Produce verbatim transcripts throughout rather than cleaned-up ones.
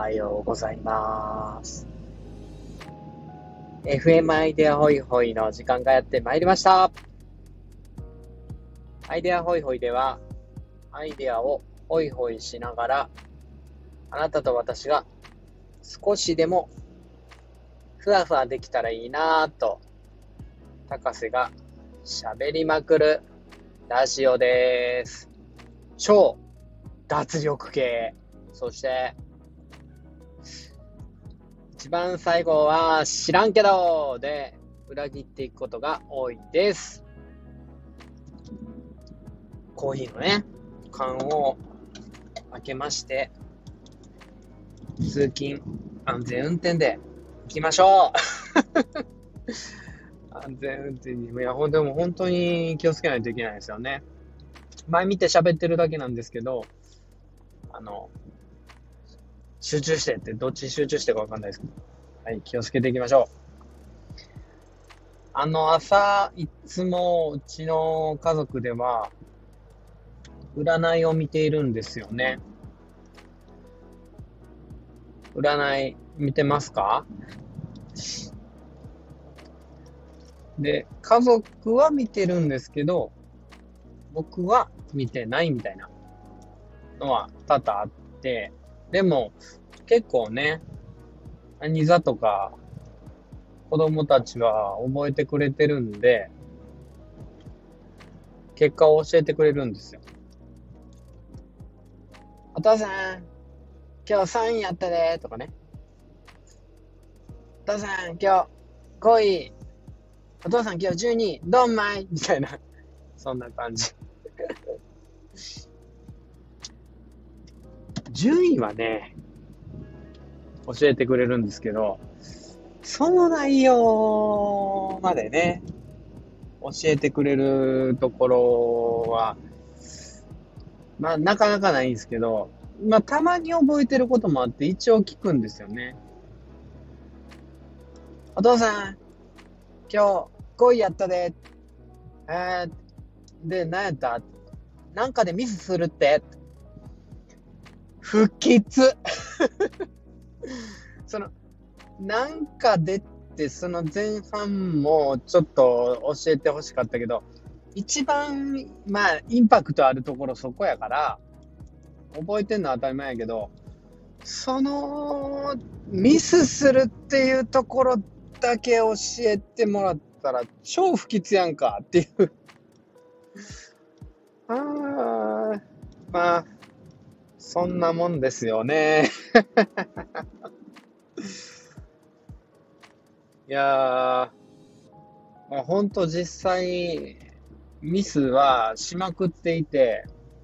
はようございます。エフエム アイデアホイホイの時間がやってまいりました。アイデアホイホイでは、アイデアをホイホイしながら、あなたと私が少しでもふわふわできたらいいなぁと、高瀬が喋りまくるラジオです。超脱力系。そして、一番最後は知らんけどで裏切っていくことが多いです。コーヒーのね、缶を開けまして、通勤安全運転で行きましょう。安全運転に、いや、ほんでも本当に気をつけないといけないですよね。前見て喋ってるだけなんですけど、あの、集中してって、どっち集中してかわかんないですけど、はい、気をつけていきましょう。あの、朝、いつもうちの家族では、占いを見ているんですよね。占い見てますか？で、家族は見てるんですけど、僕は見てないみたいなのは多々あって、でも結構ね、何座とか子供たちは覚えてくれてるんで、結果を教えてくれるんですよ。お父さん、今日さんいやったでとかね。お父さん、今日ごい。お父さん、今日じゅうに。ドンマイみたいな。そんな感じ。順位はね、教えてくれるんですけど、その内容までね、教えてくれるところは、まあ、なかなかないんですけど、まあ、たまに覚えてることもあって、一応聞くんですよね。お父さん、今日ごいやったで。えー、で、何やった？なんかでミスするって。不吉。その、なんかでって、その前半もちょっと教えてほしかったけど、一番、まあ、インパクトあるところそこやから、覚えてんのは当たり前やけど、その、ミスするっていうところだけ教えてもらったら、超不吉やんかっていう。あー、まあ、そんなもんですよね。いやー、まあ、ほんと実際、ミスはしまくっていて、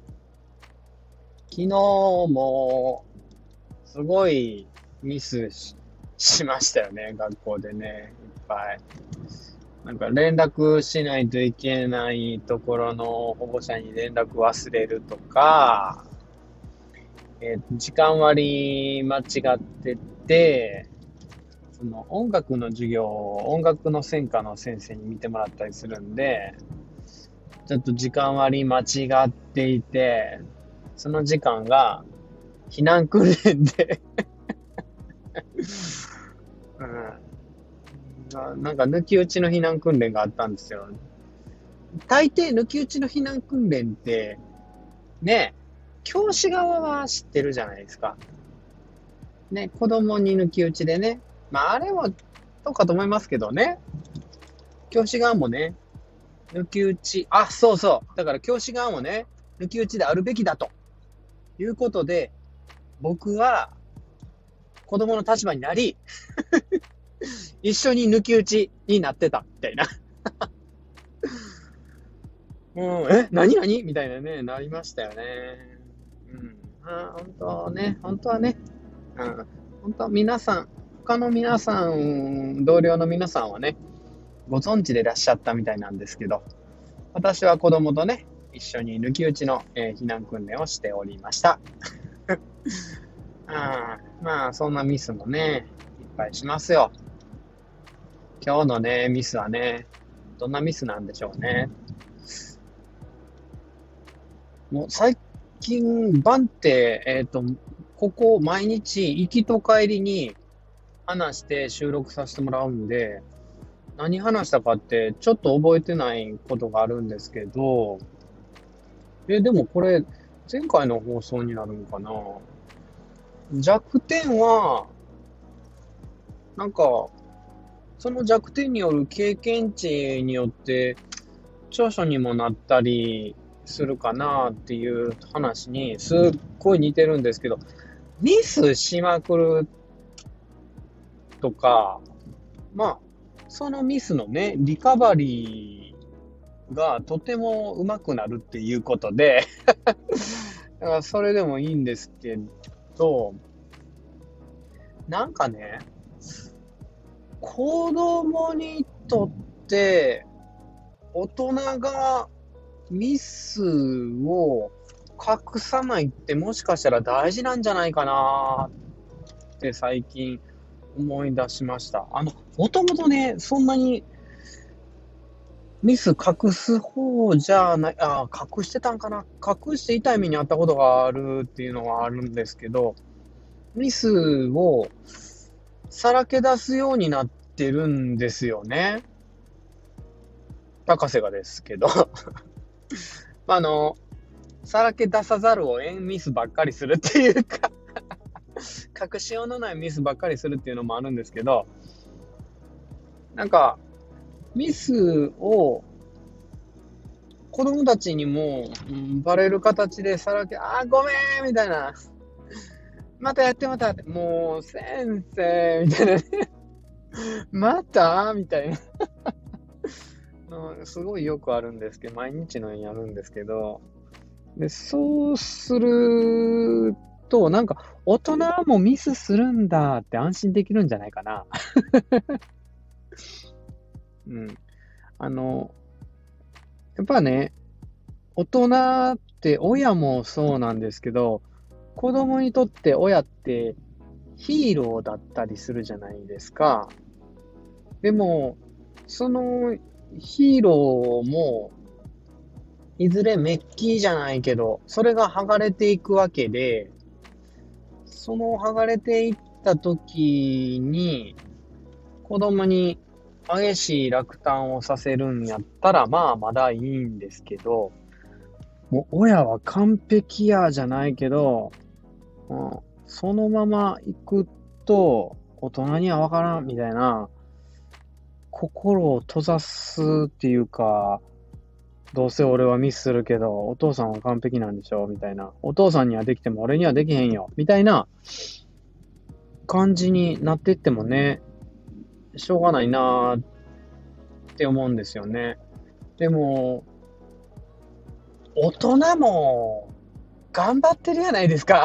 昨日もすごいミス し, しましたよね、学校でね、いっぱい。なんか連絡しないといけないところの保護者に連絡忘れるとか、えー時間割間違ってて、その音楽の授業を音楽の専科の先生に見てもらったりするんで、ちょっと時間割間違っていて、その時間が避難訓練で、うん、ななんか抜き打ちの避難訓練があったんですよ。大抵抜き打ちの避難訓練って、ね、教師側は知ってるじゃないですか。ね、子供に抜き打ちでね。まあ、あれも、どうかと思いますけどね。教師側もね、抜き打ち、あ、そうそう。だから教師側もね、抜き打ちであるべきだということで、僕は子供の立場になり、一緒に抜き打ちになってた、みたいな。うん、え、何何みたいなね、なりましたよね。うん。あ、本当ね、本当はね、うん、本当は皆さん、他の皆さん、同僚の皆さんはね、ご存知でいらっしゃったみたいなんですけど、私は子供とね、一緒に抜き打ちの、えー避難訓練をしておりました。あまあ、そんなミスもね、いっぱいしますよ。今日のね、ミスはね、どんなミスなんでしょうね。もう最近、バンって、えっと、 ここ毎日行きと帰りに話して収録させてもらうんで、何話したかってちょっと覚えてないことがあるんですけど、え、でもこれ前回の放送になるのかな。弱点は、なんか、その弱点による経験値によって長所にもなったりするかなっていう話にすっごい似てるんですけど、ミスしまくるとか、まあ、そのミスのね、リカバリーがとても上手くなるっていうことで、だからそれでもいいんですけど、なんかね、子供にとって大人がミスを隠さないってもしかしたら大事なんじゃないかなって最近思い出しました。あの、もともとね、そんなにミス隠す方じゃない、あ、隠してたんかな。隠して痛い目にあったことがあるっていうのはあるんですけど、ミスをさらけ出すようになってるんですよね。博士がですけど。あの、さらけ出さざるを得んミスばっかりするっていうか隠しようのないミスばっかりするっていうのもあるんですけど、なんか、ミスを子供たちにも、うん、バレる形でさらけ、あーごめんみたいな、またやってまたって、もう先生みたいなね、またみたいなのすごいよくあるんですけど、毎日のようにやるんですけど、で、そうすると、なんか、大人もミスするんだって安心できるんじゃないかな。うん。あの、やっぱね、大人って親もそうなんですけど、子供にとって親ってヒーローだったりするじゃないですか。でも、そのヒーローも、いずれメッキじゃないけど、それが剥がれていくわけで、その剥がれていった時に、子供に激しい落胆をさせるんやったら、まあまだいいんですけど、もう親は完璧やじゃないけど、うん、そのまま行くと大人にはわからんみたいな、心を閉ざすっていうか、どうせ俺はミスするけど、お父さんは完璧なんでしょみたいな。お父さんにはできても俺にはできへんよみたいな感じになっていってもね、しょうがないなーって思うんですよね。でも、大人も頑張ってるやないですか。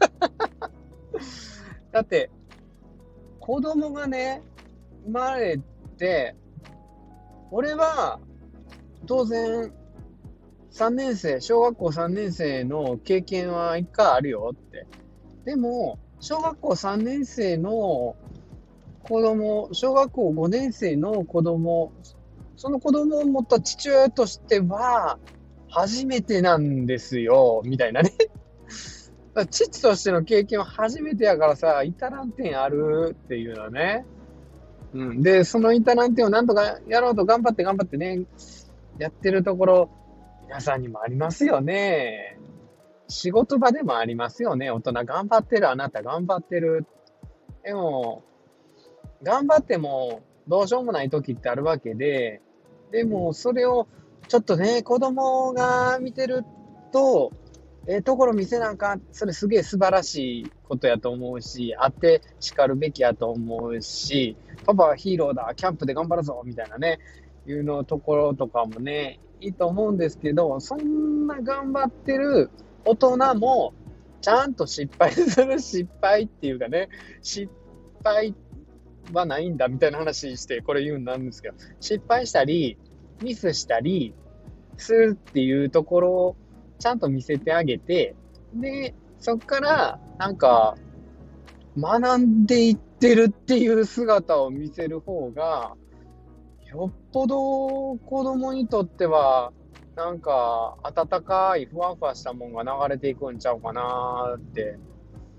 だって、子供がね、生まれて、俺は当然さんねん生、小学校さんねん生の経験はいっかいあるよって。でも、小学校さんねん生の子供、小学校ごねん生の子供、その子供を持った父親としては、初めてなんですよ、みたいなね。父としての経験は初めてやからさ、至らん点あるっていうのね。うん。で、その至らん点をなんとかやろうと頑張って頑張ってね、やってるところ、皆さんにもありますよね。仕事場でもありますよね。大人頑張ってる、あなた頑張ってる。でも、頑張ってもどうしようもない時ってあるわけで、でもそれをちょっとね、子供が見てると、ええところ見せなあかん。それすげえ素晴らしいことやと思うし、あって叱るべきやと思うし、パパはヒーローだ、キャンプで頑張るぞ、みたいなね、いうのところとかもね、いいと思うんですけど、そんな頑張ってる大人も、ちゃんと失敗する失敗っていうかね、失敗はないんだみたいな話してこれ言うんなんですけど、失敗したり、ミスしたりするっていうところをちゃんと見せてあげて、で、そっからなんか学んでいってるっていう姿を見せる方が、よっぽど子供にとっては、なんか温かいふわふわしたもんが流れていくんちゃうかなーって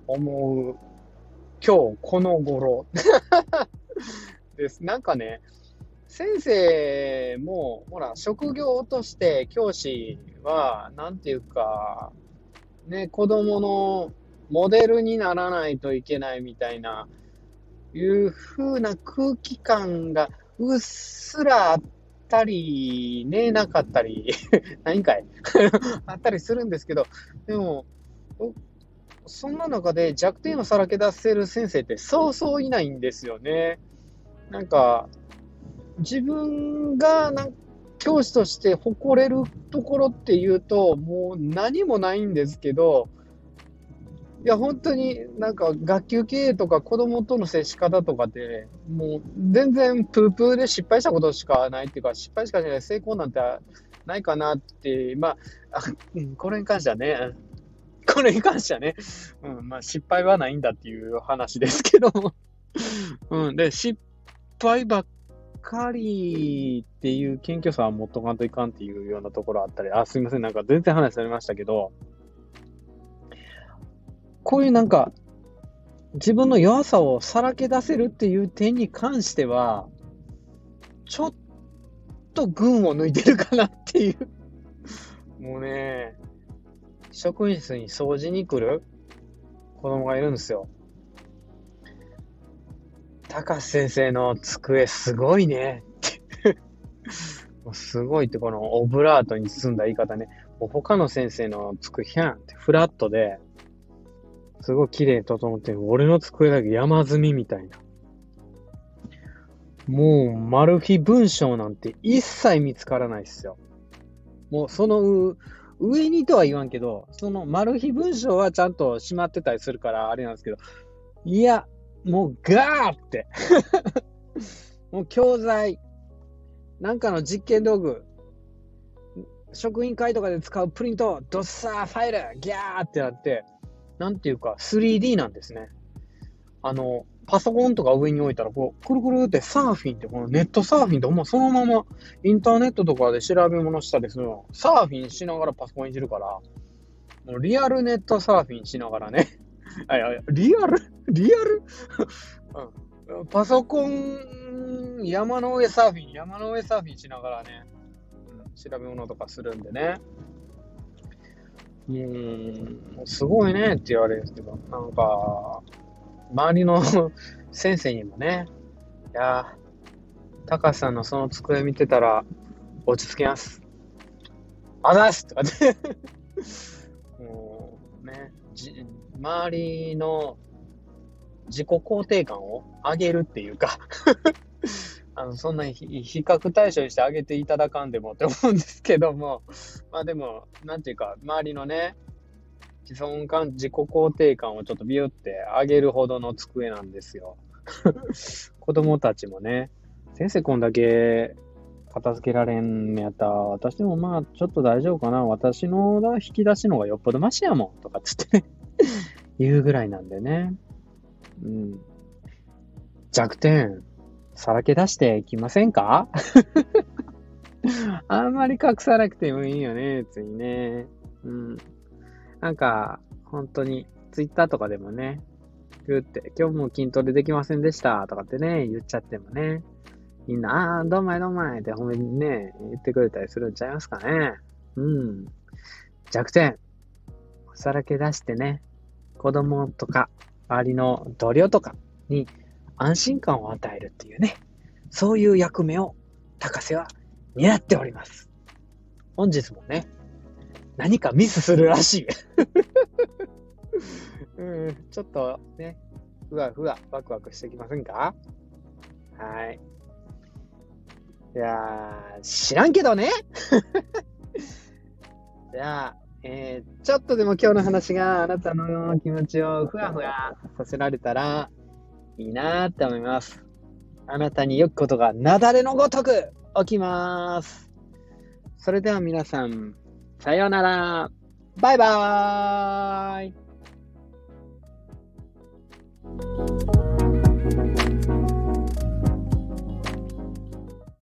思う今日この頃です。なんかね、先生も、ほら、職業として教師は、なんていうか、ね、子供のモデルにならないといけないみたいな、いう風な空気感がうっすらあったり、ね、なかったり、何かいあったりするんですけど、でも、そんな中で弱点をさらけ出せる先生ってそうそういないんですよね。なんか、自分がなん教師として誇れるところっていうと、もう何もないんですけど、いや、本当になんか学級経営とか子供との接し方とかって、もう全然プープーで失敗したことしかないっていうか、失敗しかしない、成功なんてないかなって、まあ、あこれに関してはね、これに関してはね、うん、まあ失敗はないんだっていう話ですけども、うん、で、失敗ばっかりっていう謙虚さは持っとかんといかんっていうようなところあったり、あ、すいません、なんか全然話されましたけど、こういうなんか、自分の弱さをさらけ出せるっていう点に関しては、ちょっと群を抜いてるかなっていう。もうね、職員室に掃除に来る子供がいるんですよ。高橋先生の机すごいねってもうすごいってこのオブラートに包んだ言い方ね。もう他の先生の机ひゃんってフラットで、すごい綺麗に整ってる。俺の机だけ山積みみたいな。もうマル秘文章なんて一切見つからないっすよ。もうその上にとは言わんけど、そのマル秘文章はちゃんとしまってたりするからあれなんですけど、いや、もうガーってもう教材、なんかの実験道具、職員会とかで使うプリント、ドッサーファイル、ギャーってなって、なんていうか スリーディー なんですね。あの、パソコンとか上に置いたら、こう、くるくるってサーフィンって、このネットサーフィンってほんまそのままインターネットとかで調べ物したりするの、サーフィンしながらパソコンいじるから、もうリアルネットサーフィンしながらね。あいやいやリアルリアル、うん、パソコン、山の上サーフィン、山の上サーフィンしながらね、うん、調べ物とかするんでね。うーん、すごいねって言われるんですけど、なんか、周りの先生にもね、いやー、高橋さんのその机見てたら落ち着きます。あざっすとかってもうね、じ周りの自己肯定感を上げるっていうかあの、そんな比較対象にしてあげていただかんでもって思うんですけども、まあでも、なんていうか、周りのね、自尊感、自己肯定感をちょっとビュって上げるほどの机なんですよ。子供たちもね、先生こんだけ片付けられんのやったら、私もまあちょっと大丈夫かな。私の引き出しの方がよっぽどマシやもんとかつってね、言うぐらいなんでね。うん。弱点、さらけ出していきませんかあんまり隠さなくてもいいよね、別にね。うん。なんか、本当に、ツイッターとかでもね、言って、今日も筋トレできませんでしたとかってね、言っちゃってもね、みんな、あー、どうまいどうまいって褒めにね、言ってくれたりするんちゃいますかね。うん。弱点、さらけ出してね、子供とか、周りの同僚とかに安心感を与えるっていうね、そういう役目を高瀬は担っております。本日もね、何かミスするらしい。うん、ちょっとね、ふわふわ、ワクワクしてきませんか？はい。いやー、知らんけどね。じゃあ、えー、ちょっとでも今日の話があなたの気持ちをふわふわさせられたらいいなーって思います。あなたに良きことが雪崩のごとく起きます。それでは皆さん、さようなら。バイバーイ。